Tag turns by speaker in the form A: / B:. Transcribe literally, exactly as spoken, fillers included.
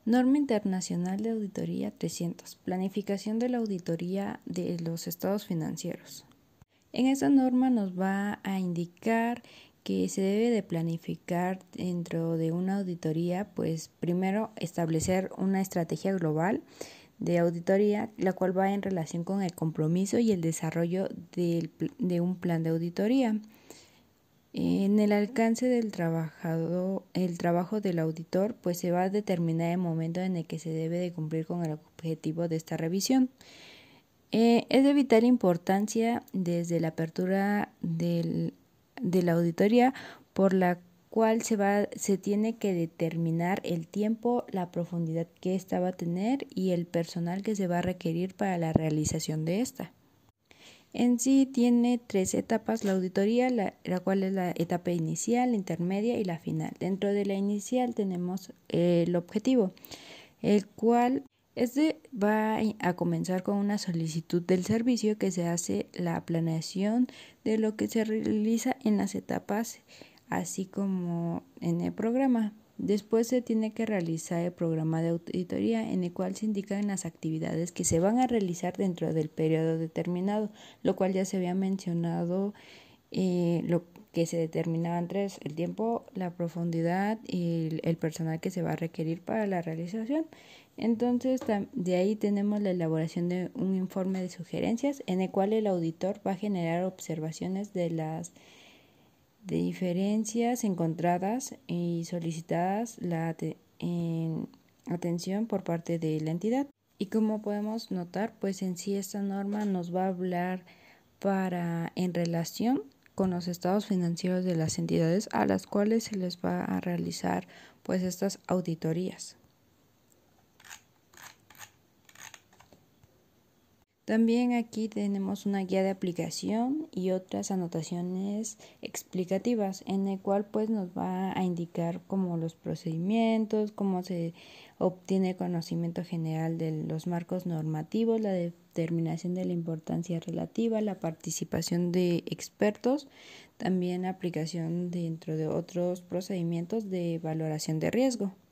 A: Norma Internacional de Auditoría trescientos. Planificación de la auditoría de los estados financieros. En esta norma nos va a indicar que se debe de planificar dentro de una auditoría, pues primero establecer una estrategia global de auditoría, la cual va en relación con el compromiso y el desarrollo del, de un plan de auditoría. En el alcance del trabajador, el trabajo del auditor, pues se va a determinar el momento en el que se debe de cumplir con el objetivo de esta revisión. Eh, es de vital importancia desde la apertura del, de la auditoría, por la cual se va, se tiene que determinar el tiempo, la profundidad que ésta va a tener y el personal que se va a requerir para la realización de esta. En sí tiene tres etapas la auditoría, la, la cual es la etapa inicial, la intermedia y la final. Dentro de la inicial tenemos eh, el objetivo, el cual este va a comenzar con una solicitud del servicio, que se hace la planeación de lo que se realiza en las etapas, así como en el programa. Después se tiene que realizar el programa de auditoría, en el cual se indican las actividades que se van a realizar dentro del periodo determinado, lo cual ya se había mencionado, eh, lo que se determinaban tres: el tiempo, la profundidad y el, el personal que se va a requerir para la realización. Entonces, de ahí tenemos la elaboración de un informe de sugerencias, en el cual el auditor va a generar observaciones de las de diferencias encontradas y solicitadas la en atención por parte de la entidad. Y como podemos notar, pues en sí esta norma nos va a hablar para en relación con los estados financieros de las entidades a las cuales se les va a realizar pues estas auditorías. También aquí tenemos una guía de aplicación y otras anotaciones explicativas, en el cual pues nos va a indicar como los procedimientos, cómo se obtiene conocimiento general de los marcos normativos, la determinación de la importancia relativa, la participación de expertos, también aplicación dentro de otros procedimientos de valoración de riesgo.